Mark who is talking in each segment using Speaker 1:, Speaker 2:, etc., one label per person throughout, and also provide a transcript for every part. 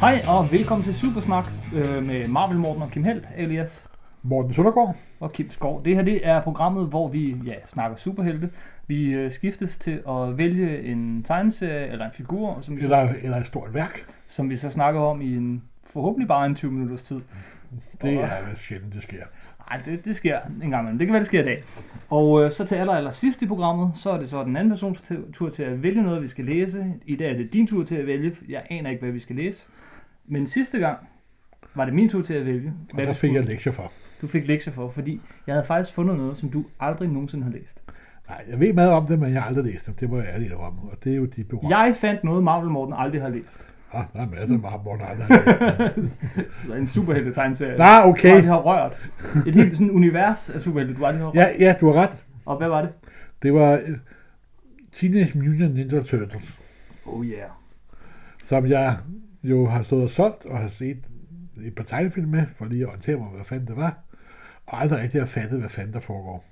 Speaker 1: Hej og velkommen til Supersnak med Marvel Morten og Kim Helt, alias
Speaker 2: Morten Søndergaard
Speaker 1: og Kim Skov. Det her det er programmet, hvor vi snakker superhelte. Vi skiftes til at vælge en tegneserie eller en figur, som vi
Speaker 2: eller et stort værk,
Speaker 1: som vi så snakker om i en forhåbentlig bare en 20 minutters tid.
Speaker 2: Det er sjældent, det sker.
Speaker 1: Nej, det sker en gang imellem. Det kan være, det sker i dag. Og så til aller sidst i programmet, så er det så den anden persons tur til at vælge noget, vi skal læse. I dag er det din tur til at vælge. Jeg aner ikke, hvad vi skal læse. Men sidste gang var det min tur til at vælge.
Speaker 2: Og der fik jeg lektier for.
Speaker 1: Du fik lektier for, fordi jeg havde faktisk fundet noget, som du aldrig nogensinde har læst.
Speaker 2: Nej, jeg ved meget om det, men jeg har aldrig læst dem. Det må jeg ærligt om. Og det er jo de program.
Speaker 1: Jeg fandt noget, Marvel Morten aldrig har læst.
Speaker 2: Der er masser af Marvel Morten aldrig har læst.
Speaker 1: En superhelte-tegneserie.
Speaker 2: Nej, okay.
Speaker 1: Du aldrig har rørt. Et helt sådan univers af superhelte, du aldrig har rørt.
Speaker 2: Ja, du har ret.
Speaker 1: Og hvad var det?
Speaker 2: Det var Teenage Mutant Ninja Turtles.
Speaker 1: Oh yeah.
Speaker 2: Som jeg jo har stået og solgt og har set et par tegnefilm med, for lige at orientere mig, hvad fanden det var. Og aldrig rigtig har fattet, hvad fanden der foregår.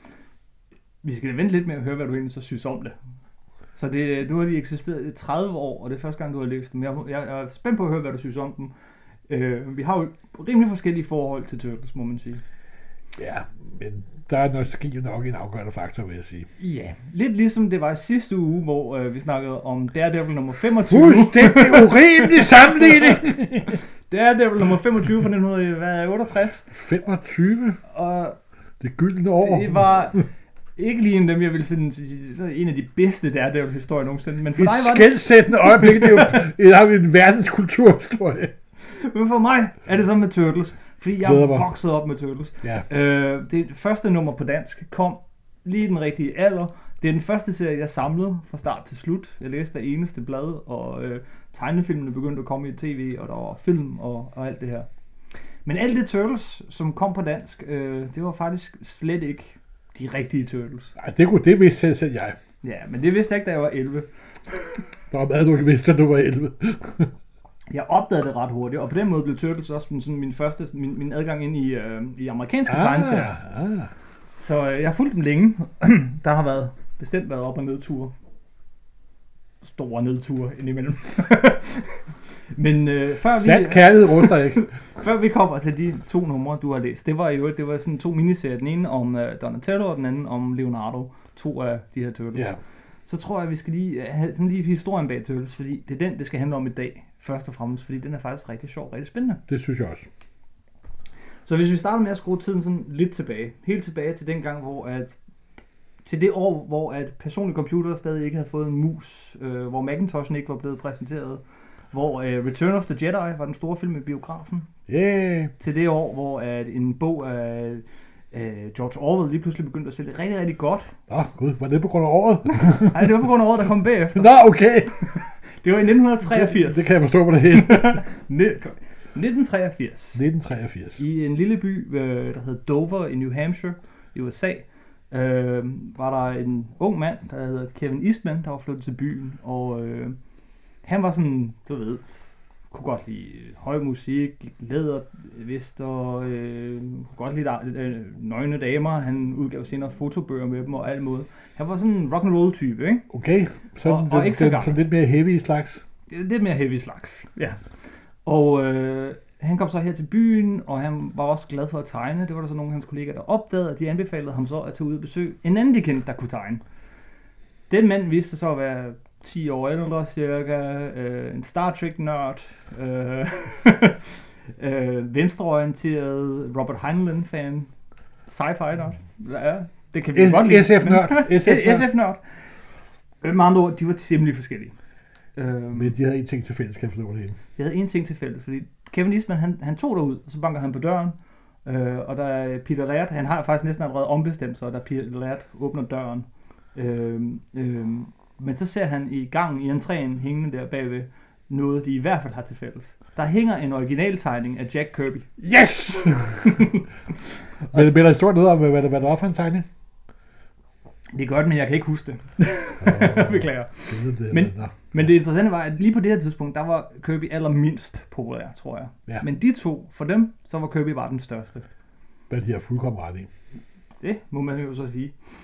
Speaker 1: Vi skal vente lidt med at høre, hvad du egentlig så synes om det. Så nu har de eksisteret i 30 år, og det er første gang, du har læst dem. Jeg er spændt på at høre, hvad du synes om dem. Vi har jo rimelig forskellige forhold til Turtles, må man sige.
Speaker 2: Ja, men der er nok en afgørende faktor, vil jeg sige.
Speaker 1: Ja, lidt ligesom det var i sidste uge, hvor vi snakkede om Daredevil nummer 25.
Speaker 2: Fuldstændig urimelig sammenligning!
Speaker 1: Daredevil nummer 25 fra 1968.
Speaker 2: 25?
Speaker 1: Og
Speaker 2: det gyldne år.
Speaker 1: Det var ikke lige en af dem, jeg ville sige, en af de bedste Daredevil-historier nogensinde. Men for dig var det
Speaker 2: skelsættende øjeblik, det er jo en verdenskulturhistorie.
Speaker 1: Men for mig er det så med Turtles, fordi jeg er vokset op med Turtles.
Speaker 2: Ja.
Speaker 1: Det første nummer på dansk kom lige i den rigtige alder. Det er den første serie, jeg samlede fra start til slut. Jeg læste hver eneste blad, og tegnefilmene begyndte at komme i tv, og der var film og alt det her. Men alt det Turtles, som kom på dansk, det var faktisk slet ikke de rigtige Turtles.
Speaker 2: Nej, det vidste selv jeg.
Speaker 1: Ja, men det vidste jeg ikke, da jeg var 11.
Speaker 2: Der var meget, du ikke vidste, da du var 11.
Speaker 1: Jeg opdagede det ret hurtigt, og på den måde blev Turtles også sådan min adgang ind i amerikanske tegneserier. Så jeg har fulgt dem længe. Der har bestemt været op- og nedture. Store nedture indimellem. Men
Speaker 2: Sand kærlighed ruster ikke.
Speaker 1: Før vi kommer til de 2 numre, du har læst, det var sådan 2 miniserier. Den ene om Donatello, og den anden om Leonardo. 2 af de her Turtles.
Speaker 2: Ja.
Speaker 1: Så tror jeg, vi skal have sådan lige historien bag Turtles, fordi det er den, det skal handle om i dag. Først og fremmest, fordi den er faktisk rigtig sjov, rigtig spændende.
Speaker 2: Det synes jeg også.
Speaker 1: Så hvis vi starter med at skrue tiden sådan lidt tilbage, helt tilbage til den gang, til det år, hvor at personlige computere stadig ikke havde fået en mus, hvor Macintoshen ikke var blevet præsenteret, hvor Return of the Jedi var den store film i biografen.
Speaker 2: Yeah.
Speaker 1: Til det år, hvor at en bog af George Orwell lige pludselig begyndte at sælge rigtig, rigtig godt.
Speaker 2: Gud, var det på grund af året?
Speaker 1: Nej, det var på grund af året, der kom bagefter.
Speaker 2: Nå, okay.
Speaker 1: Det var i 1983.
Speaker 2: Det kan jeg forstå på det hele.
Speaker 1: 1983. I en lille by, der hed Dover i New Hampshire i USA, var der en ung mand, der hed Kevin Eastman, der var flyttet til byen, og han var sådan, du ved, kunne godt lide høj musik, lædervester, kunne godt lide nøgne damer, han udgav senere fotobøger med dem og alt måde. Han var sådan en rock'n'roll type, ikke?
Speaker 2: Okay,
Speaker 1: og ikke så
Speaker 2: lidt mere heavy slags.
Speaker 1: Lidt mere heavy slags, ja. Og han kom så her til byen, og han var også glad for at tegne. Det var der så nogle af hans kollegaer, der opdagede, og de anbefalede ham så at tage ud og besøge en anden de kendte, der kunne tegne. Den mand viste så at være 10 år ældre cirka, en Star Trek-nørd, venstreorienteret Robert Heinlein-fan, sci-fi-nørd. Ja, det kan vi godt lide.
Speaker 2: SF-nørd.
Speaker 1: SF-nørd. Med andre ord, de var temmelig forskellige.
Speaker 2: Men de havde en ting til fælles, kan jeg forstå det hele.
Speaker 1: De havde en ting til fælles, fordi Kevin Eastman, han tog derud, og så banker han på døren, og der er Peter Laird, han har faktisk næsten allerede ombestemt sig, og da Peter Laird åbner døren. Men så ser han i gangen i entréen hængende der bagved noget, de i hvert fald har til fælles. Der hænger en originaltegning af Jack Kirby.
Speaker 2: Yes! Men der står noget om, hvad der var for en tegning?
Speaker 1: Det er godt, men jeg kan ikke huske det. Beklager. Men det interessante var, at lige på det her tidspunkt, der var Kirby allermindst populær, tror jeg. Ja. Men de 2, for dem, så var Kirby bare den største.
Speaker 2: Hvad de har fuldkommen ret i.
Speaker 1: Det må man jo så sige.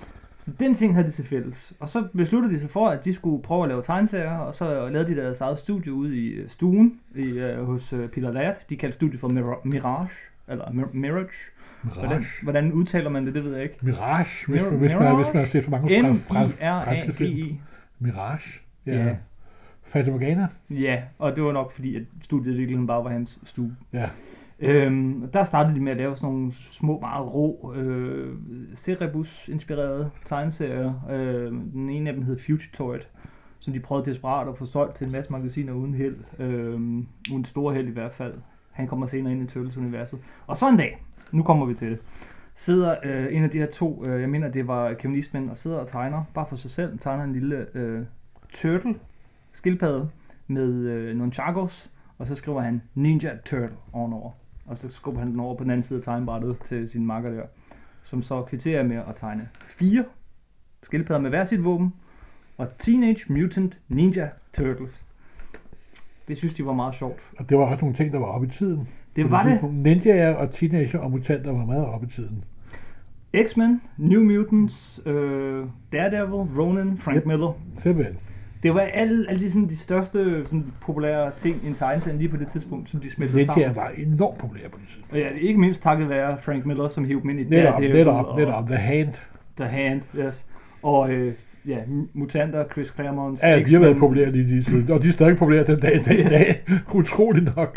Speaker 1: Så den ting havde de til fælles. Og så besluttede de sig for, at de skulle prøve at lave tegneserier, og så lavede de deres eget studie ude i stuen hos Peter Laird. De kaldte studiet for Mirage, eller Mirage. Hvordan udtaler man det ved jeg ikke.
Speaker 2: Mirage, hvis man har set for mange franske film. Mirage, ja. Fata Morgana.
Speaker 1: Ja, og det var nok fordi, at studiet i virkeligheden bare var hans stue.
Speaker 2: Ja.
Speaker 1: Der startede de med at lave sådan nogle små, meget rå, Cerebus-inspirerede tegneserier. Den ene af dem hed Fugitoid, som de prøvede desperat at få solgt til en masse magasiner uden held. Uden store held i hvert fald. Han kommer senere ind i Turtles-universet. Og så en dag, nu kommer vi til det, sidder en af de her to, jeg mener det var Kevin Eastman, og sidder og tegner, bare for sig selv, tegner en lille turtle, skildpadde, med nogle chagos, og så skriver han Ninja Turtle ovenover. Og så skubber han den over på den anden side af tegnebrættet til sin makker der, som så kvitterer med at tegne 4 skildpadder med hver sit våben, og Teenage Mutant Ninja Turtles. Det synes de var meget sjovt.
Speaker 2: Og det var også nogle ting, der var oppe i tiden.
Speaker 1: Det var det.
Speaker 2: Ninjaer og teenager og mutanter var meget oppe i tiden.
Speaker 1: X-Men, New Mutants, Daredevil, Ronin, Frank Miller.
Speaker 2: Simpelthen.
Speaker 1: Det var alle de, sådan, de største sådan, populære ting i en tegneserie lige på det tidspunkt, som de smeltede sammen.
Speaker 2: Ninjaer var enormt populære på det tidspunkt.
Speaker 1: Og ja, ikke mindst takket være Frank Miller, som hævde dem ind i
Speaker 2: Netop, The Hand.
Speaker 1: The Hand, yes. Og mutanter, Chris Claremont.
Speaker 2: Ja, de har været populære lige og de er stadig populære den dag i dag. Utroligt nok.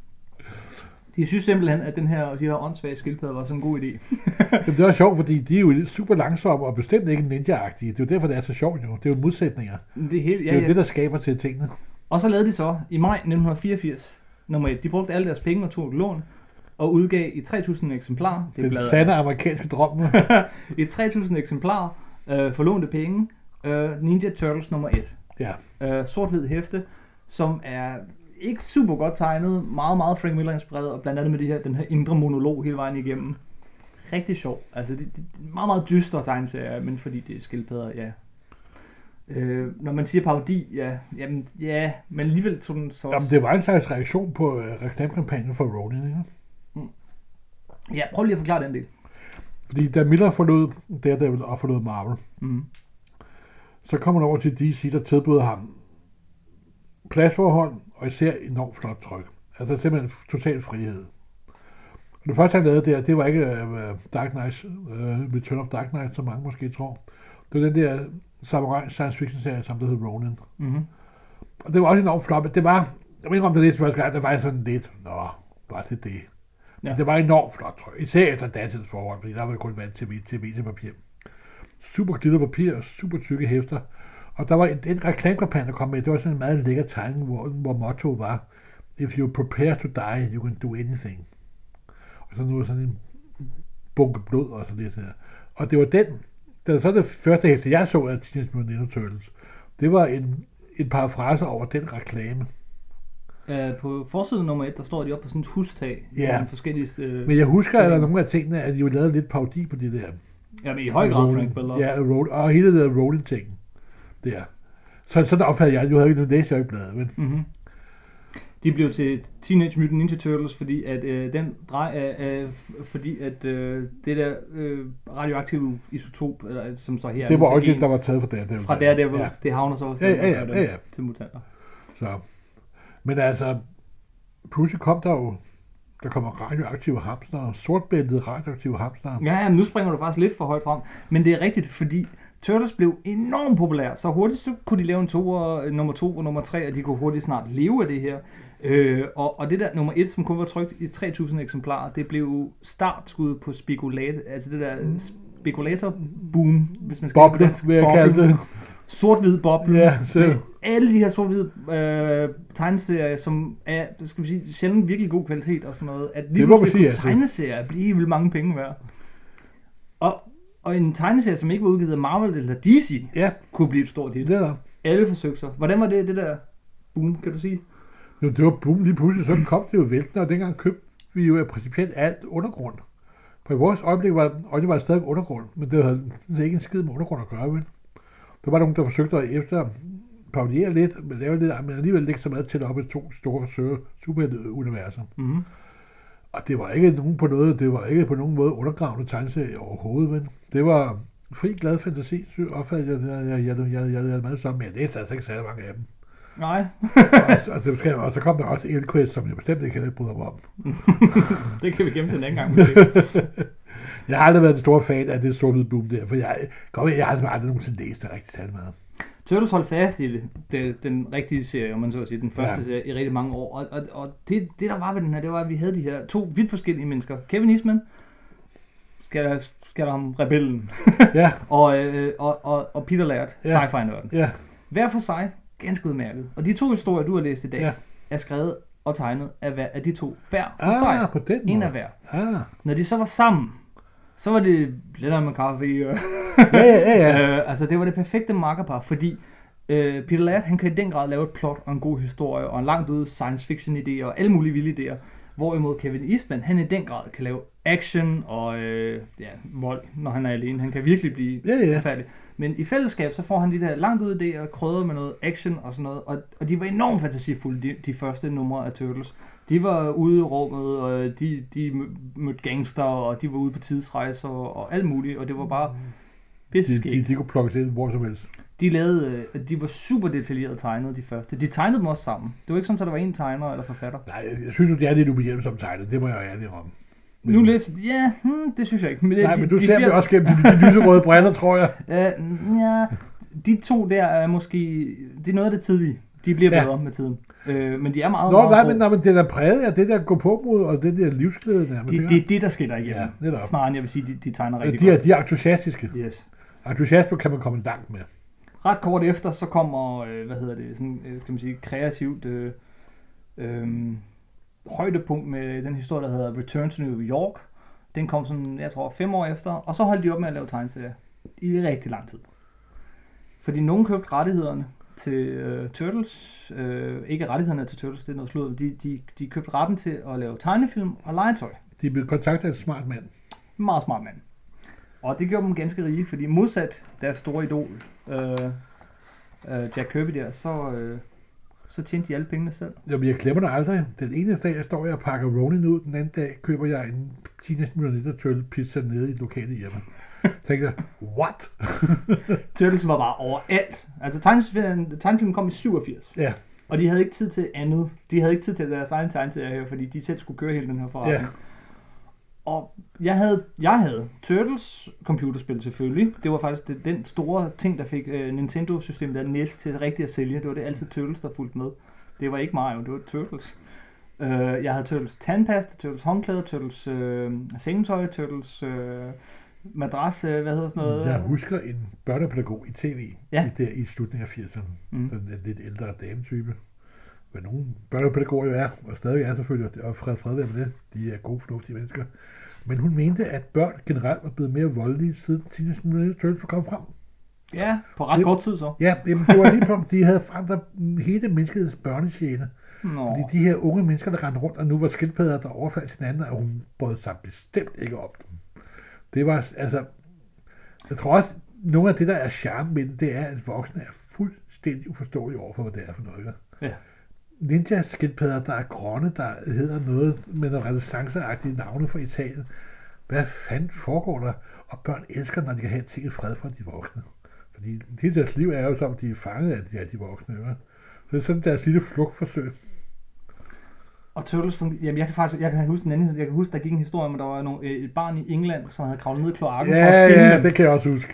Speaker 1: De synes simpelthen, at de her åndssvage skildpadder var sådan en god idé.
Speaker 2: Det var sjovt, fordi de er jo super langsomme og bestemt ikke ninja-agtige. Det er jo derfor, det er så sjovt jo. Det er jo modsætninger. Det er jo det, der skaber til tingene.
Speaker 1: Og så lavede de så i maj 1984 nummer 1. De brugte alle deres penge og tog et lån og udgav i 3.000 eksemplarer.
Speaker 2: Den sande amerikanske drøm.
Speaker 1: I 3.000 eksemplarer forlånte penge. Ninja Turtles nummer 1.
Speaker 2: Ja.
Speaker 1: Sort-hvid hæfte, som er ikke super godt tegnet, meget, meget Frank Miller inspireret, og blandt andet med den her indre monolog hele vejen igennem. Rigtig sjov. Altså, det er meget, meget dystre tegneserier, men fordi det er skildpadder, ja. Når man siger parodi, ja, men alligevel tog den så...
Speaker 2: Jamen, det var en slags reaktion på reklamekampagnen for Ronin, ikke?
Speaker 1: Ja, prøv lige at forklare den del.
Speaker 2: Fordi da Miller forlod Daredevil og forlod Marvel, så kom han over til DC, der tilbød ham pladsforhold, og især enormt flot tryk. Altså simpelthen total frihed. Og det første, han lavede der, det var ikke Dark Knight, Return of Dark Knight, som mange måske tror. Det var den der samurai science fiction serie, som der hed Ronin. Og det var også enormt flot, det var, jeg ved ikke om det lidt første gang, det var sådan lidt, var det det. Ja. Men det var enormt flot tryk, især efter datidens forhold, fordi der var det kun vant til papir. Super glitter papir og super tykke hæfter. Og der var en reklamekampagne, der kom med, det var sådan en meget lækker tegning, hvor motto var, if you prepare to die, you can do anything. Og så nu sådan en bunke blod og sådan det der. Og det var så det første hæfte, jeg så af Teenage Mutant Ninja Turtles. Det var en parafrase over den reklame.
Speaker 1: På forsiden nummer 1, der står de op på sådan et hustag.
Speaker 2: Ja,
Speaker 1: forskellige,
Speaker 2: men jeg husker, at der er nogle af tingene, at de jo lavede lidt parodi på det der.
Speaker 1: Ja, men i høj grad Frank Miller.
Speaker 2: Ja, og hele det der Rolling-ting. Der. Så der opfattede jeg, du havde ikke læst i bladet, men...
Speaker 1: De blev til Teenage Mutant Ninja Turtles, fordi at det der radioaktive isotop, eller som så her...
Speaker 2: Det var også der var taget fra Daredevil.
Speaker 1: Fra Daredevil, ja. Det havner så også til mutanter.
Speaker 2: Så. Men altså, pludselig kom der kommer radioaktive hamster, sortbæltede radioaktive hamster.
Speaker 1: Ja, men nu springer du faktisk lidt for højt frem. Men det er rigtigt, fordi Turtles blev enormt populære. Så hurtigt så kunne de lave nummer 2 og nummer 3, og de kunne hurtigt snart leve af det her. Og det der nummer 1, som kun var trykt i 3.000 eksemplarer, det blev startskud på altså det der spekulator-boom, hvis man skal
Speaker 2: boble, vil jeg kalde det.
Speaker 1: Sort-hvid boble.
Speaker 2: Ja,
Speaker 1: alle de her sort-hvide tegneserier, som er, skal vi sige, sjældent virkelig god kvalitet og sådan noget, at lige pludselig kunne tegneserier blive vildt mange penge værd. Og en tegneserie, som ikke var udgivet af Marvel eller DC, kunne blive et stort hit. Alle forsøgte sig. Hvordan var det der boom, kan du sige?
Speaker 2: Jo, det var boom lige pludselig, så kom det jo væltende, og dengang købte vi jo principielt alt undergrund. For i vores øjeblik var det stadig undergrund, men det havde ikke en skid med undergrund at gøre, vel? Der var nogen, der forsøgte at parodiere lidt, men lave lidt, men alligevel ikke så meget tæt op i to store superhelte-universer. Og det var ikke på nogen måde undergravende tegneserie overhovedet, men det var fri, glad fantasi, opfattede jeg er meget sammen, men jeg læste altså ikke særlig mange af dem.
Speaker 1: Nej.
Speaker 2: og så kom der også Elquest, som jeg bestemt ikke bryder mig om.
Speaker 1: Det kan vi gemme til en anden gang.
Speaker 2: Jeg har aldrig været en stor fan af det sort boom der, for jeg har aldrig nogensinde læst det rigtig særlig meget.
Speaker 1: Turtles holdt fast i den rigtige serie, om man så at sige, den første serie i rigtig mange år. Og det der var ved den her, det var, at vi havde de her to vidt forskellige mennesker. Kevin Eastman, skal der om rebellen,
Speaker 2: ja.
Speaker 1: og Peter Laird, sci-fi-nørden.
Speaker 2: Ja.
Speaker 1: Hver for sig, ganske udmærket. Og de to historier, du har læst i dag, er skrevet og tegnet af de to hver for sig.
Speaker 2: På den måde.
Speaker 1: En af hver. Når de så var sammen, så var det Lennon McCarthy.
Speaker 2: Ja.
Speaker 1: Altså, det var det perfekte makkerpar, fordi Peter Laird, han kan i den grad lave et plot og en god historie, og en langt ude science fiction idéer og alle mulige vilde idéer. Hvorimod Kevin Eastman, han i den grad kan lave action og vold, når han er alene. Han kan virkelig blive forfærdelig. Men i fællesskab, så får han de der langt ude idéer, krydret med noget action og sådan noget. Og de var enormt fantasifulde, de første numre af Turtles. De var ude i rummet, og de mødte gangster, og de var ude på tidsrejser og alt muligt. Og det var bare
Speaker 2: de kunne plukkes ind hvor som helst.
Speaker 1: De var super detaljeret tegnet, de første. De tegnede dem også sammen. Det var ikke sådan, at der var en tegner eller forfatter.
Speaker 2: Nej, jeg synes, det er lidt ubehjælpsomt tegnet. Det må jeg jo ærlig om.
Speaker 1: Nu læser det synes jeg ikke.
Speaker 2: Men du ser mig også gennem de lyserøde briller, tror jeg.
Speaker 1: De to der er måske... Det er noget af det tidlige. De bliver bedre med tiden. Men de er meget...
Speaker 2: Men det der præget er det der gå på mod, og det der livsglæde der.
Speaker 1: Det er det, der sker der igennem.
Speaker 2: Ja,
Speaker 1: snarere end jeg vil sige, de tegner rigtig godt.
Speaker 2: De er entusiastiske.
Speaker 1: Yes.
Speaker 2: Entusiasme kan man komme langt med.
Speaker 1: Ret kort efter, så kommer, sådan, skal man sige, kreativt højdepunkt med den historie, der hedder Return to New York. Den kom sådan, jeg tror, 5 år efter, og så holdt de op med at lave tegneserier i rigtig lang tid. Fordi nogen købte rettighederne til Turtles, ikke rettighederne til Turtles, det er noget sludder, de købte retten til at lave tegnefilm og legetøj.
Speaker 2: De blev kontaktet af en smart mand.
Speaker 1: En meget smart mand. Og det gjorde dem ganske rige, fordi modsat deres store idol, Jack Kirby der, så tjente de alle pengene selv.
Speaker 2: Jamen, jeg glemmer det aldrig. Den ene dag, jeg står og pakker Ronin ud, den anden dag køber jeg en Teenage Mutant Ninja Turtle pizza nede i et lokale hjemme. Tænkte jeg, what?
Speaker 1: Turtles var bare overalt. Altså, tegnefilmen kom i 87.
Speaker 2: Ja.
Speaker 1: Og de havde ikke tid til andet. De havde ikke tid til deres egen tegneserie her, fordi de selv skulle køre hele den her forretning. Ja. Og jeg havde Turtles computerspil selvfølgelig. Det var faktisk den store ting, der fik Nintendo-systemet der NES til rigtigt at sælge. Det var det altid Turtles, der fulgte med. Det var ikke Mario, det var Turtles. Jeg havde Turtles tandpasta, Turtles håndklæder, Turtles sengetøj, Turtles madras, hvad hedder sådan noget?
Speaker 2: Jeg husker en børnepædagog i tv i slutningen af 80'erne. Sådan en lidt ældre dametype. Hvad nogle børnepædagoger jo er, og stadig er selvfølgelig, og fred med det. De er gode, fornuftige mennesker. Men hun mente, at børn generelt var blevet mere voldelige, siden Teenage Mutant Ninja Turtles var kommet frem.
Speaker 1: Ja, på ret kort tid så.
Speaker 2: Ja, jamen, det var lige på, de havde forandret hele menneskets børnesjæle. Fordi de her unge mennesker, der rendte rundt, og nu var skildpadder, der overfaldt hinanden, og hun brød sig bestemt ikke op dem. Det var, altså... Jeg tror også, nogle af det, der er charme med det er, at voksne er fuldstændig uforståelige overfor, hvad det er for noget.
Speaker 1: Ja.
Speaker 2: Ninja-skildpadder, der er grønne, der hedder noget med nogle renaissanceagtige navne fra Italien. Hvad fanden foregår der? Og børn elsker, når de kan have ting i fred fra de voksne. Fordi hele deres liv er jo som, de er fanget af de voksne. Så det er sådan deres lille flugtforsøg.
Speaker 1: Og Turtles, jamen jeg kan huske, der gik en historie om, at der var et barn i England, som havde kravlet ned i kloakken for at finde
Speaker 2: dem. Det kan jeg også huske.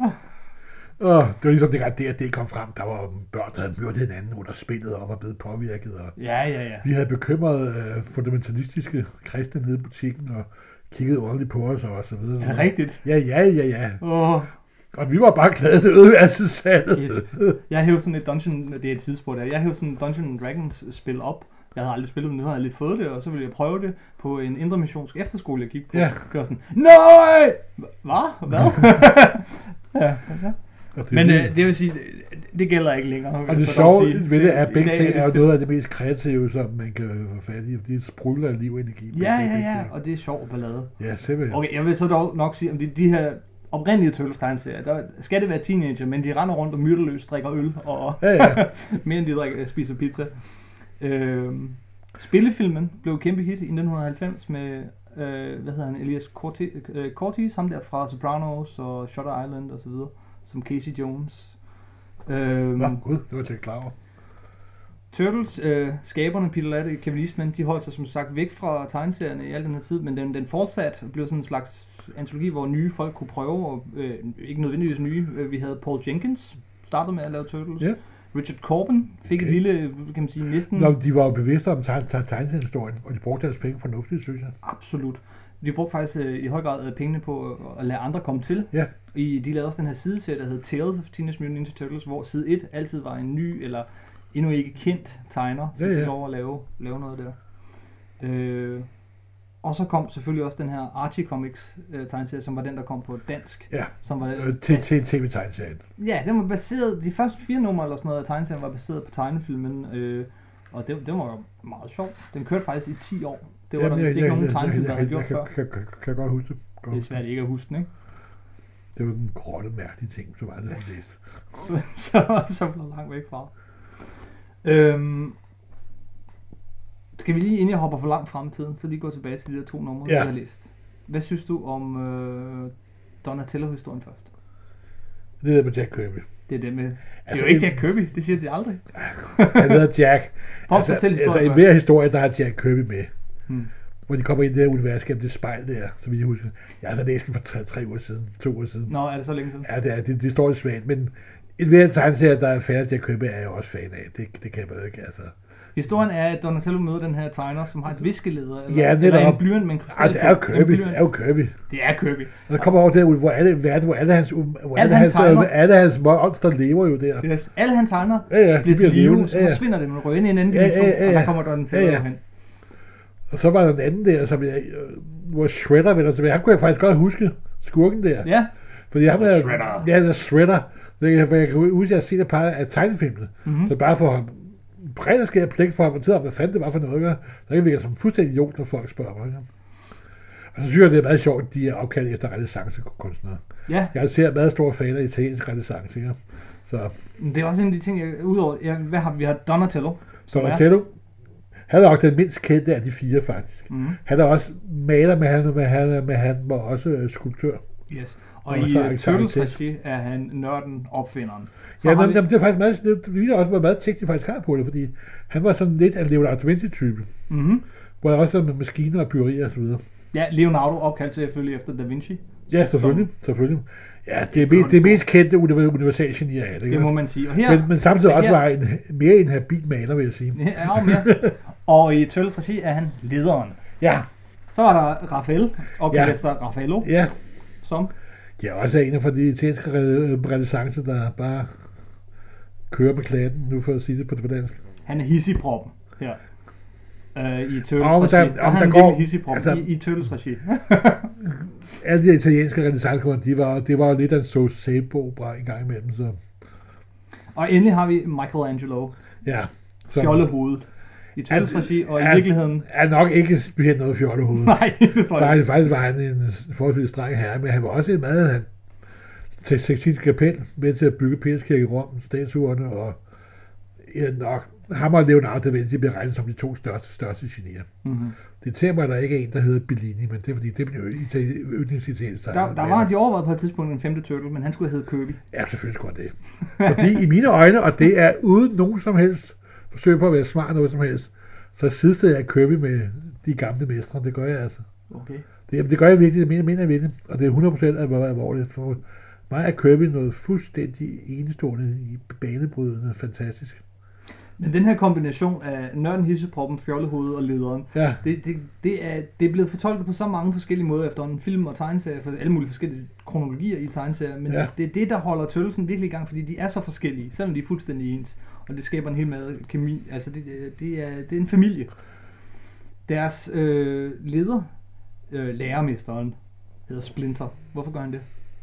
Speaker 2: Det var ligesom det kom frem. Der var børn, der havde myrdet hinanden under spillet og var blevet påvirket. Og vi havde bekymrede fundamentalistiske kristne nede i butikken og kiggede ordentligt på os og så videre.
Speaker 1: Er det rigtigt?
Speaker 2: Ja. Og vi var bare glade, det øvede altid salget.
Speaker 1: Yes. Jeg hævde sådan et Dungeon, det er et tidsspor der, jeg hævde sådan et Dungeon Dragons spil op. Jeg havde aldrig spillet det, nu havde jeg lidt fået det, og så ville jeg prøve det på en indre missionsk efterskole, jeg gik på. Ja. Gør sådan, nej! Hvad? ja. Men det vil sige, det gælder ikke længere.
Speaker 2: Og det sjove ved det er, at begge ting er jo noget af det mest kreative, som man kan få fat i. De sprudler af liv og energi.
Speaker 1: Ja, og det er sjov ballade.
Speaker 2: Ja, simpelthen.
Speaker 1: Okay, jeg vil så dog nok sige, om de her oprindelige Turtles-tegneserier, der skal det være teenager, men de render rundt og myrdeløst drikker øl, og mere end de spiser pizza. Spillefilmen blev kæmpe hit i 1990 med hvad hedder han, Elias Cortez, ham der fra Sopranos og Shutter Island og så videre, som Casey Jones.
Speaker 2: Gud, det var jeg ikke klar over.
Speaker 1: Turtles, skaberne Peter Ladd og Kevin Eastman, de holdt sig som sagt væk fra tegneserierne i al den her tid, men den fortsat blev sådan en slags antologi, hvor nye folk kunne prøve, og ikke nødvendigvis nye. Vi havde Paul Jenkins, startede med at lave Turtles.
Speaker 2: Yeah.
Speaker 1: Richard Corbin fik et lille, kan man sige, næsten...
Speaker 2: Nå, de var jo bevidste om tegneseriehistorien, og de brugte deres penge fornuftigt, synes jeg.
Speaker 1: Absolut. De brugte faktisk i høj grad pengene på at lade andre komme til.
Speaker 2: Ja.
Speaker 1: De lavede også den her sideserie, der hed Tales of Teenage Mutant Ninja Turtles, hvor side 1 altid var en ny, eller endnu ikke kendt tegner, som fik lov at lave noget der. Og så kom selvfølgelig også den her Archie Comics tegneserie, som var den, der kom på dansk.
Speaker 2: Ja,
Speaker 1: som var
Speaker 2: til tv-tegneserien.
Speaker 1: Ja, den var baseret, de første 4 numre eller sådan noget af tegneserien var baseret på tegnefilmen, og det var jo meget sjovt. Den kørte faktisk i 10 år. Det var der vist ikke nogen tegnefilm, der havde gjort før.
Speaker 2: Kan godt huske det.
Speaker 1: Det er svært ikke at huske den, ikke?
Speaker 2: Det var en grotte mærkelige ting, som aldrig har læst.
Speaker 1: Så blev langt væk fra. Skal vi lige, inden jeg hopper for langt frem i tiden, så lige gå tilbage til de der 2 numre, jeg har læst. Hvad synes du om Donatello-historien først?
Speaker 2: Det er med Jack Kirby.
Speaker 1: Det er det med... Altså, det er jo ikke Jack Kirby, det siger de aldrig.
Speaker 2: Han hedder Jack.
Speaker 1: Prøv at fortælle historien
Speaker 2: først. I hver historie, der har Jack Kirby med. Hvor de kommer ind i det her univers gennem det spejl der, som jeg husker. Jeg har læst den for 3 uger siden, 2 uger siden.
Speaker 1: Nå, er det så længe siden?
Speaker 2: Ja, det står svagt, men en hver tegneserie, der er fan af Jack Kirby, er jeg også fan af. Det kan jeg bare ikke, altså.
Speaker 1: Historien er, at Donatello møder den her tegner, som har et viskeleder, eller en blyant med en krystal.
Speaker 2: Det er jo Kirby. Det er jo Kirby.
Speaker 1: Det er Kirby.
Speaker 2: Og der kommer over der, hvor alle hans monster lever jo der.
Speaker 1: Yes. Alle han tegner
Speaker 2: bliver
Speaker 1: til live, så forsvinder det med røgne i en anden dimension, og der kommer Donatello hen.
Speaker 2: Og så var der en anden der, som hvor Shredder vender tilbage. Han kunne jeg faktisk godt huske skurken der.
Speaker 1: Ja.
Speaker 2: Fordi han var
Speaker 1: Shredder.
Speaker 2: Ja, det er Shredder. Jeg kan huske, at jeg har set et par af tegnefilmene. Så bare for ham bredt skære pligt for ham, og hvad fanden det var for noget, så kan vi som fuldstændig idiot, når folk spørger mig. Og så synes jeg, det er meget sjovt, at de er opkaldt efter renæssancekunstnere.
Speaker 1: Ja.
Speaker 2: Jeg ser meget store faner af italiensk renæssance, ikke? Så.
Speaker 1: Det er også en af de ting, udover, hvad har vi? Har Donatello.
Speaker 2: Donatello. Han er også den mindst kendte af de 4, faktisk. Han er også maler, men han var også skulptør.
Speaker 1: Yes. Og i Turtles regi er han nørden opfinderen.
Speaker 2: Ja, det er faktisk meget, det også, hvor meget teknisk faktisk har på det, fordi han var sådan lidt af Leonardo da Vinci-type. Hvor jeg også var med maskiner og byggerier og så videre.
Speaker 1: Ja, Leonardo opkaldt selvfølgelig efter Da Vinci.
Speaker 2: Ja, selvfølgelig. Ja, det mest kendte universalgeni af det.
Speaker 1: Det må man sige. Og her,
Speaker 2: men samtidig også var mere en habil maler, vil jeg sige.
Speaker 1: Ja, mere. Og i Turtles regi er han lederen.
Speaker 2: Ja.
Speaker 1: Så var der Raphael, opkaldt efter Raffaello.
Speaker 2: Ja.
Speaker 1: Som?
Speaker 2: Ja, også en af de italienske renæssance, der bare kører på klatten, nu for at sige det på dansk.
Speaker 1: Han er hissigproppen her. I Turtles regi. Der går hissigprop i Turtles regi.
Speaker 2: Alle de italienske renæssancekunstnere, det var jo lidt af en soap-opera en gang imellem. Så.
Speaker 1: Og endelig har vi Michelangelo.
Speaker 2: Ja.
Speaker 1: Fjollehovedet. I Turtles regi, og i virkeligheden...
Speaker 2: Er nok ikke specielt noget fjollehoved.
Speaker 1: Nej, det tror jeg ikke.
Speaker 2: Faktisk var han en forholdsvis streng herre, men han var også en meget til Sixtinsk Kapel, med til at bygge Peterskirke i Rom, statuerne, og nok ham og Leonardo da Vinci bliver regnet som de 2 største genier. Det tager mig, der ikke er en, der hedder Bellini, men det er fordi, det bliver jo yndlingsitaliensk.
Speaker 1: Der var de overvejet på et tidspunkt en 5. Turtle, men han skulle hedde Kirby.
Speaker 2: Ja, selvfølgelig skulle det. Fordi i mine øjne, og det er uden nogen som helst forsøg på at være smart noget som helst, så sidestiller jeg Kirby med de gamle mestre. Det gør jeg altså.
Speaker 1: Okay.
Speaker 2: Det gør jeg virkelig, det mener jeg virkelig. Og det er 100% alvorligt. For mig er Kirby noget fuldstændig enestående, banebrydende, fantastisk.
Speaker 1: Men den her kombination af nørden, hisseproppen, fjollehovedet og lederen, det er blevet fortolket på så mange forskellige måder efterhånden. Film og tegneserier, for alle mulige forskellige kronologier i tegneserier, men det er det, der holder Turtlesen virkelig i gang, fordi de er så forskellige, selvom de er fuldstændig ens. Og det skaber en hel masse kemi. Altså, det er en familie. Deres leder, lærermesteren, hedder Splinter. Hvorfor gør han det?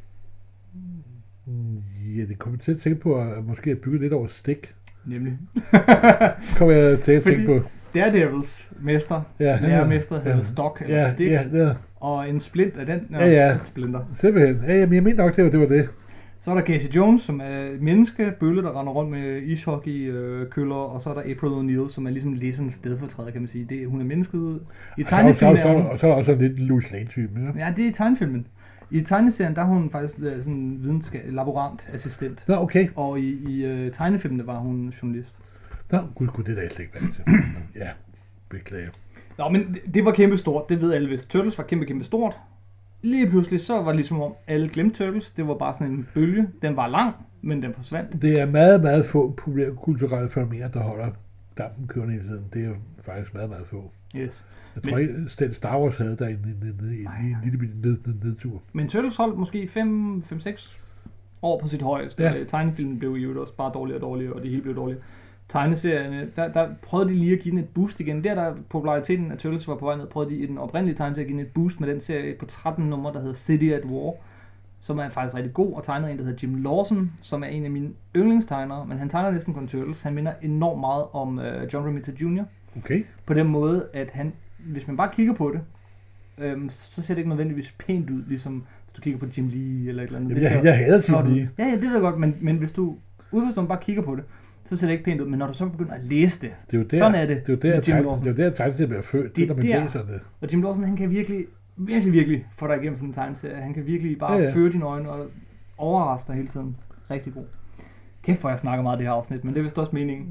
Speaker 2: Ja, det kommer til at tænke på at måske at bygge lidt over stik.
Speaker 1: Nemlig.
Speaker 2: Kommer jeg til at tænke på.
Speaker 1: Daredevils mester, lærermester, hedder Stok eller Stik. Og en splint af den.
Speaker 2: Ja.
Speaker 1: Splinter.
Speaker 2: Simpelthen. Ja, jeg mener nok, det var det.
Speaker 1: Så er der Casey Jones, som er menneskebølle, der render rundt med ishockeykøller, og så er der April O'Neil, som er ligesom læserens stedfortræder, kan man sige. Hun er mennesket. I tegnefilmen
Speaker 2: og så er der også lidt Louis Lane-typen, ja?
Speaker 1: Ja, det er i tegnefilmen. I tegneserien, der er hun faktisk sådan en laborantassistent.
Speaker 2: Nå, okay.
Speaker 1: Og i tegnefilmene var hun journalist.
Speaker 2: Nå, gud, det er da jeg slet ikke mærke til. Ja, beklager.
Speaker 1: Nå, men det var kæmpe stort, det ved alle vist. Turtles var kæmpe stort. Lige pludselig så var det ligesom om alle glemte Turtles. Det var bare sådan en bølge. Den var lang, men den forsvandt.
Speaker 2: Det er meget få populærkulturelle fænomener, der holder dampen kørende hele tiden. Det er faktisk meget få.
Speaker 1: Yes.
Speaker 2: Jeg tror ikke, Star Wars havde der en lille nedtur.
Speaker 1: Men Turtles holdt måske 5-6 år på sit højeste. Ja. Tegnefilmen blev jo også bare dårligere og dårligere, og det hele blev dårligere. Tegneserierne, der prøvede de lige at give den et boost igen. Der populariteten af Turtles var på vej ned, prøvede de i den oprindelige tegneserie at give den et boost med den serie på 13 numre, der hedder City at War, som er faktisk rigtig god, og tegner en, der hedder Jim Lawson, som er en af mine yndlingstegnere, men han tegner næsten kun Turtles. Han minder enormt meget om John Romita Jr.
Speaker 2: Okay.
Speaker 1: På den måde, at han, hvis man bare kigger på det, så ser det ikke nødvendigvis pænt ud, ligesom hvis du kigger på Jim Lee eller et eller andet.
Speaker 2: Jamen, jeg hader Jim Lee.
Speaker 1: Ja, det ved jeg godt, men hvis du udforstående bare kigger på det, så ser det ikke pænt ud, men når du så begynder at læse det, sådan er det.
Speaker 2: Det er jo der tegneserien bliver født, det når man læser det.
Speaker 1: Og Jim Lawson, han kan virkelig få dig igennem sådan en tegneserie. Han kan virkelig bare føre dine øjne og overraske dig hele tiden. Rigtig god. Kæft, hvor jeg snakker meget af det her afsnit, men det er vist også meningen.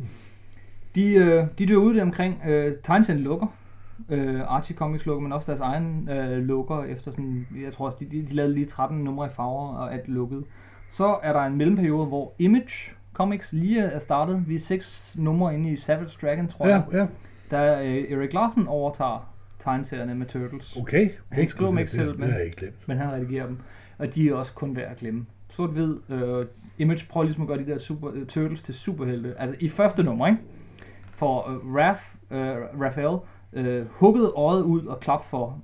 Speaker 1: De dør ud der omkring. Tegneserien lukker. Archie Comics lukker, men også deres egen lukker efter sådan, jeg tror også, de lavede lige 13 numre i farver og alt lukket. Så er der en mellemperiode, hvor Image Comics lige er startet. Vi er 6 numre inde i Savage Dragon, tror jeg.
Speaker 2: Ja.
Speaker 1: Der Erik Larsen overtager tegneserierne med Turtles.
Speaker 2: Okay.
Speaker 1: Han skriver dem ikke selv,
Speaker 2: men
Speaker 1: han redigerer dem. Og de er også kun værd at glemme. Sort-hvid. Image prøver ligesom at gøre de der Turtles til superhelte. Altså i første nummer, ikke? For Raphael hugget øjet ud og klap for.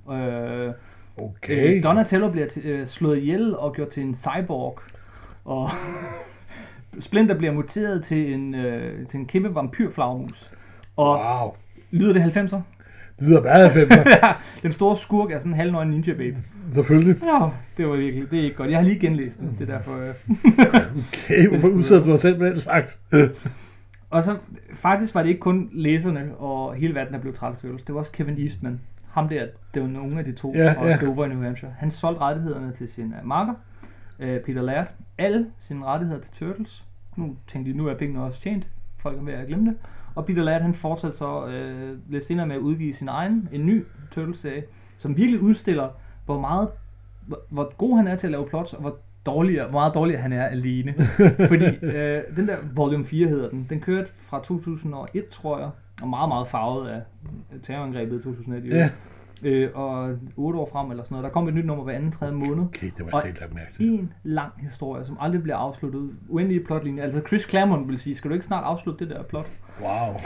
Speaker 2: Okay.
Speaker 1: Donatello bliver slået ihjel og gjort til en cyborg. Og Splinter bliver muteret til en kæmpe vampyrflagermus. Og
Speaker 2: wow.
Speaker 1: Lyder det 90'er?
Speaker 2: Det lyder meget 90'er.
Speaker 1: Ja, den store skurk er sådan en halvnøgen ninja babe.
Speaker 2: Selvfølgelig.
Speaker 1: Ja, det var virkelig, det er ikke godt. Jeg har lige genlæst det, det er derfor.
Speaker 2: Okay, hvorfor udsætter du dig selv med den slags?
Speaker 1: Og så faktisk var det ikke kun læserne og hele verden, der blev træt af Turtles. Det var også Kevin Eastman. Ham der, det var nogle af de to, og Dover i New Hampshire. Han solgte rettighederne til sin makker, Peter Laird, alle sine rettigheder til Turtles. Nu tænkte de, nu er pengene også tjent. Folk er ved at glemme det. Og Peter Laird, han fortsatte så lidt senere med at udgive sin egen, en ny Turtles-serie, som virkelig udstiller, hvor god han er til at lave plots, og hvor meget dårligere han er alene. Fordi den der Volume 4 hedder den kørte fra 2001, tror jeg, og meget farvet af terrorangrebet i 2001.
Speaker 2: Ja.
Speaker 1: Og 8 år frem eller sådan noget. Der kom et nyt nummer hver anden, tredje måned.
Speaker 2: Okay, det var selv lagt mærke til.
Speaker 1: En lang historie, som aldrig bliver afsluttet. Uendelige plotlinjer. Altså Chris Claremont vil sige, skal du ikke snart afslutte det der plot?
Speaker 2: Wow.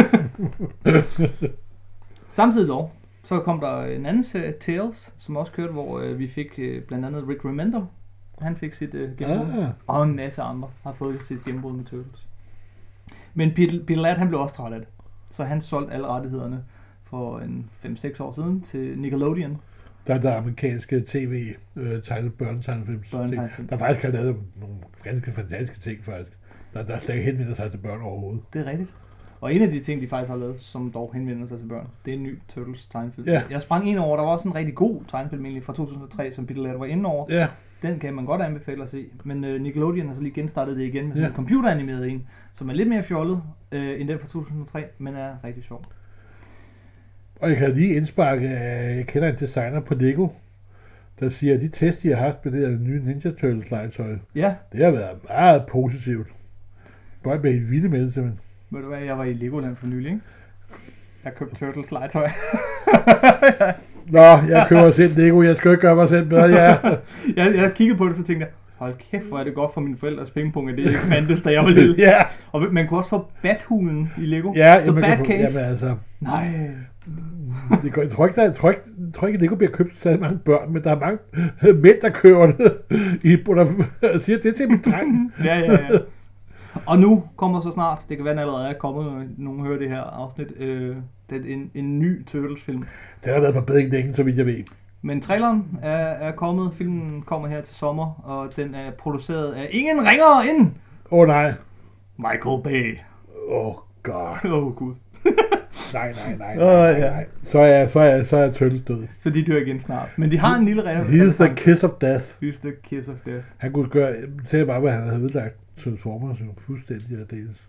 Speaker 1: Samtidig dog, så kom der en anden serie, Tales, som også kørte, hvor vi fik blandt andet Rick Remender. Han fik sit gennembrud. Og en masse andre har fået sit gennembrud med Turtles. Men Peter Laird, han blev også træt af det. Så han solgte alle rettighederne for en 5-6 år siden til Nickelodeon.
Speaker 2: Der er der amerikanske børnetegnefilm, der faktisk har lavet nogle ganske fantastiske ting faktisk. Der slet ikke henvender sig til børn overhovedet.
Speaker 1: Det er rigtigt. Og en af de ting, de faktisk har lavet, som dog henvender sig til børn, det er en ny Turtles tegnefilm.
Speaker 2: Ja.
Speaker 1: Jeg sprang ind over, der var også en rigtig god tegnefilm egentlig fra 2003, som Peter Laird var inde over.
Speaker 2: Ja.
Speaker 1: Den kan man godt anbefale at se. Men Nickelodeon har så lige genstartet det igen med sådan en computeranimeret en, som er lidt mere fjollet end den fra 2003, men er rigtig sjov.
Speaker 2: Og jeg kan lige indsparke, at jeg kender en designer på Lego, der siger, at de tests, de har haft med det der nye Ninja Turtles legetøj, det har været meget positivt. Bare med et vildt med det, simpelthen.
Speaker 1: Ved du hvad, jeg var i Legoland for nylig, ikke? Jeg købte Turtles legetøj.
Speaker 2: Nå, jeg køber selv Lego, jeg skal ikke gøre mig selv bedre, ja.
Speaker 1: jeg kiggede på det, så tænkte jeg, hold kæft, hvor er det godt for mine forældres pengepunkt, at det ikke fandtes, da jeg var lille.
Speaker 2: Ja.
Speaker 1: Og man kunne også få Bathulen i Lego.
Speaker 2: Ja,
Speaker 1: The Batcave.
Speaker 2: Jamen altså.
Speaker 1: Nej.
Speaker 2: Jeg tror ikke, Lego bliver købt så mange børn, men der er mange mænd, der køber det. Og siger, det er til min dreng.
Speaker 1: Ja. Og nu kommer så snart, det kan være, den allerede er kommet, når nogen hører det her afsnit, det er en ny Turtles-film.
Speaker 2: Den har været på bedring længe, så vidt jeg ved.
Speaker 1: Men traileren er kommet, filmen kommer her til sommer, og den er produceret af ingen ringere end...
Speaker 2: Nej.
Speaker 1: Michael Bay.
Speaker 2: God.
Speaker 1: Gud.
Speaker 2: Nej. Så er jeg Turtles død.
Speaker 1: Så de dør igen snart. Men de har en lille rev.
Speaker 2: He's the kiss of death.
Speaker 1: He's the kiss of death.
Speaker 2: Han kunne gøre... Se bare, hvad han havde udlagt Transformers. Fuldstændig af dels.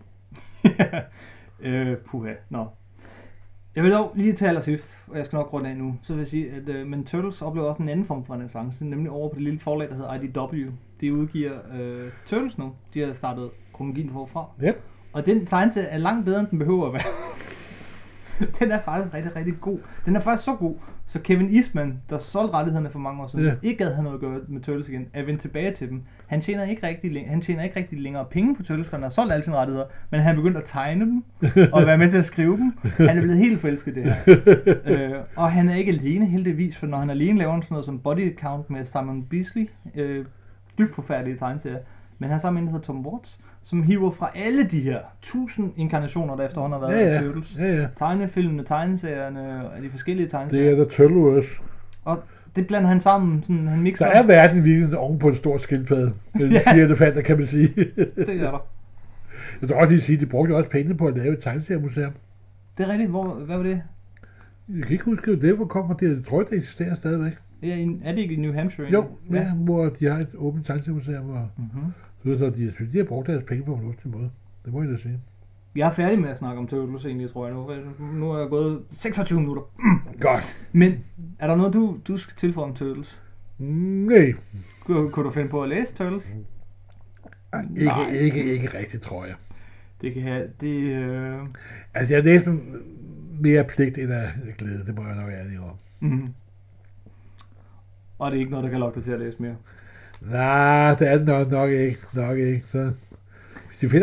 Speaker 1: Puha. Nå. Jeg vil dog lige til allersidst, og jeg skal nok runde af nu, så vil jeg sige, at men Turtles oplever også en anden form for renæssance, nemlig over på det lille forlag, der hedder IDW. De udgiver Turtles nu. De har startet kronologien forfra.
Speaker 2: Yep.
Speaker 1: Og den tegneserie er langt bedre, end den behøver at være. Den er faktisk rigtig, rigtig god. Den er faktisk så god, så Kevin Eastman, der solgte rettighederne for mange år siden, ikke havde noget at gøre med Turtles igen, er vendt tilbage til dem. Han tjener ikke rigtig længere penge på Turtles, for han har solgt alle sine rettigheder, men han er begyndt at tegne dem, og være med til at skrive dem. Han er blevet helt forelsket i det her. Og han er ikke alene, heldigvis, for når han alene laver sådan noget som Body Count med Simon Bisley, dybt forfærdelige tegneserier, men han er sammen med en, der hedder Tom Watts, som hiver fra alle de her 1000 inkarnationer, der efterhånden har været af Turtles. Tegnefilmene, tegneserierne og de forskellige tegneserier.
Speaker 2: Det er The Turtleverse.
Speaker 1: Og det blander han sammen, sådan han mixer.
Speaker 2: Der er verden virkelig oven på en stor skildpadde. Med 4 elefanter, kan man sige.
Speaker 1: Det er der.
Speaker 2: Jeg vil også lige sige, at de brugte også penge på at lave et tegneseriemuseum.
Speaker 1: Det er rigtigt. Hvad var det?
Speaker 2: Jeg kan ikke huske, det hvor kommer det. Jeg tror, det eksisterer stadigvæk.
Speaker 1: Ja, er det ikke i New Hampshire?
Speaker 2: Jo, ja, hvor de har et åbent tegneseriemuseum. Så de har brugt deres penge på en fornuftig måde. Det må jeg da sige.
Speaker 1: Jeg er færdig med at snakke om Turtles egentlig, tror jeg nu. Nu er jeg gået 26 minutter.
Speaker 2: Godt.
Speaker 1: Men er der noget, du skal tilføje om Turtles?
Speaker 2: Nej.
Speaker 1: Kunne du finde på at læse Turtles?
Speaker 2: Ikke rigtigt, tror jeg.
Speaker 1: Det kan have...
Speaker 2: Altså, jeg læste mere pligt end af glæde. Det må jeg nok ærlig om.
Speaker 1: Mm-hmm. Og det er ikke noget, der kan lokke dig til at læse mere?
Speaker 2: Nej, det er det nok ikke. Så hvis de finder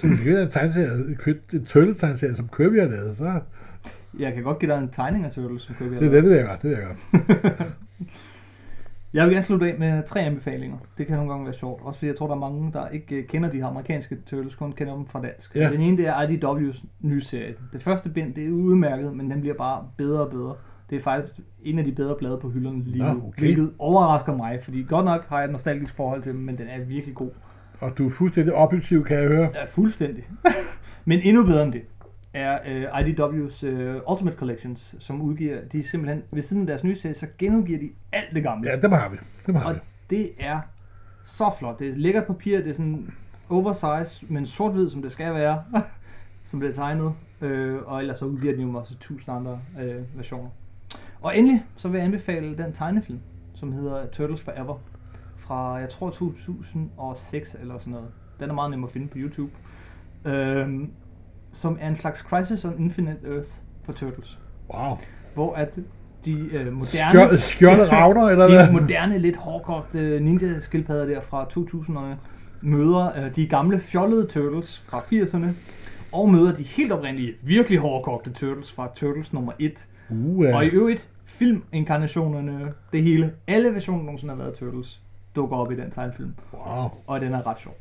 Speaker 2: en Turtles-tegneserie, som Kirby har lavet, så...
Speaker 1: Jeg kan godt give dig en tegning af Turtles, som Kirby har
Speaker 2: lavet. Det vil jeg godt.
Speaker 1: Jeg vil gerne slutte af med 3 anbefalinger. Det kan nogle gange være sjovt. Også fordi jeg tror, der er mange, der ikke kender de her amerikanske Turtles, kun kender dem fra dansk. Ja. Den ene, det er IDW's nye serie. Det første bind, det er udmærket, men den bliver bare bedre og bedre. Det er faktisk en af de bedre blade på hylderne lige nu, hvilket overrasker mig, fordi godt nok har jeg et nostalgisk forhold til dem, men den er virkelig god. Og
Speaker 2: du er fuldstændig objektiv, kan jeg høre.
Speaker 1: Ja, fuldstændig. Men endnu bedre end det er IDW's Ultimate Collections, som udgiver, de simpelthen, ved siden af deres nye serie, så genudgiver de alt det gamle.
Speaker 2: Ja, dem har vi.
Speaker 1: Og det er så flot. Det er lækkert papir, det er sådan oversize, men sort-hvid, som det skal være, som det er tegnet. Og ellers så udgiver de jo også 1000 andre versioner. Og endelig så vil jeg anbefale den tegnefilm, som hedder Turtles Forever, fra jeg tror 2006 eller sådan noget. Den er meget nem at finde på YouTube. Som er en slags Crisis on Infinite Earth for Turtles.
Speaker 2: Wow.
Speaker 1: Hvor at de moderne...
Speaker 2: Skjolde ravner, eller hvad?
Speaker 1: De moderne, lidt hårdkogte ninja-skildpadder der fra 2000'erne møder de gamle fjollede Turtles fra 80'erne, og møder de helt oprindelige, virkelig hårdkogte Turtles fra Turtles nummer 1. Og i øvrigt, filminkarnationerne, det hele, alle versioner nogensinde har været Turtles, dukker op i den tegnefilm.
Speaker 2: Wow.
Speaker 1: Og den er ret sjov.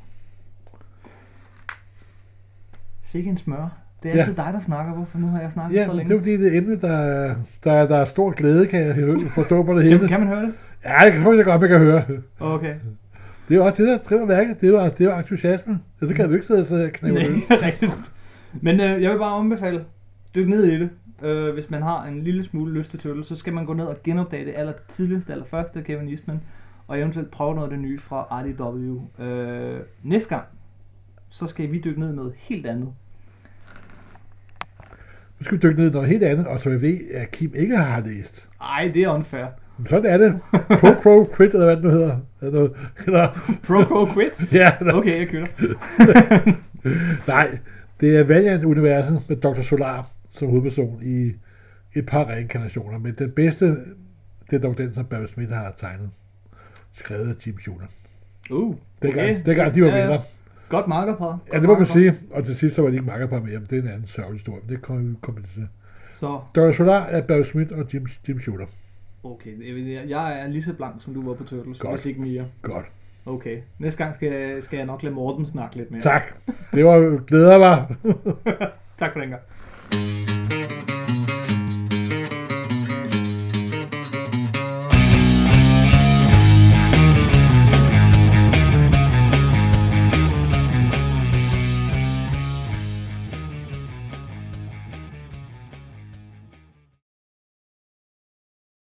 Speaker 1: Sikke en smør. Det er altid dig, der snakker. Hvorfor nu har jeg snakket så længe?
Speaker 2: Det er fordi, det er emne, der er stor glæde, kan jeg forstå på det hele.
Speaker 1: Kan man høre det?
Speaker 2: Ja, det kan jeg godt, man kan høre.
Speaker 1: Okay.
Speaker 2: Det er også det, der driver værket. Det er entusiasme. Så kan du ikke sidde og knæve det.
Speaker 1: Nej, rigtigt. Men jeg vil bare anbefale, dyk ned i det. Hvis man har en lille smule lyst til Turtles, så skal man gå ned og genopdage det allerførste af Kevin Eastman, og eventuelt prøve noget af det nye fra IDW. Næste gang, så skal vi dykke ned i noget helt andet.
Speaker 2: Nu skal vi dykke ned i noget helt andet, og så jeg ved, at Kim ikke har læst.
Speaker 1: Ej, det er unfair.
Speaker 2: Sådan er det. Pro Quit, eller hvad det nu hedder.
Speaker 1: Pro Quit?
Speaker 2: Ja.
Speaker 1: Okay, jeg kører.
Speaker 2: Nej, det er Valiant-universet med Dr. Solar som hovedperson i et par reinkarnationer, men den bedste, det er dog den, som Barry Smith har tegnet. Skrevet af Jim Shooter.
Speaker 1: Okay.
Speaker 2: Dengang de var venner.
Speaker 1: Godt makkerpar.
Speaker 2: Ja, det må man sige. Og til sidst så var de ikke makkerpar mere, men det er en anden sørgelig historie. Det kommer vi til.
Speaker 1: Så.
Speaker 2: Dr. Solar er Barry Smith og Jim Shooter.
Speaker 1: Okay, jeg er lige så blank, som du var på Turtles.
Speaker 2: Godt.
Speaker 1: Hvis ikke mere.
Speaker 2: Godt.
Speaker 1: Okay. Næste gang skal jeg nok lade Morten snakke lidt mere.
Speaker 2: Tak. Det var glæder mig.
Speaker 1: Tak for den gang.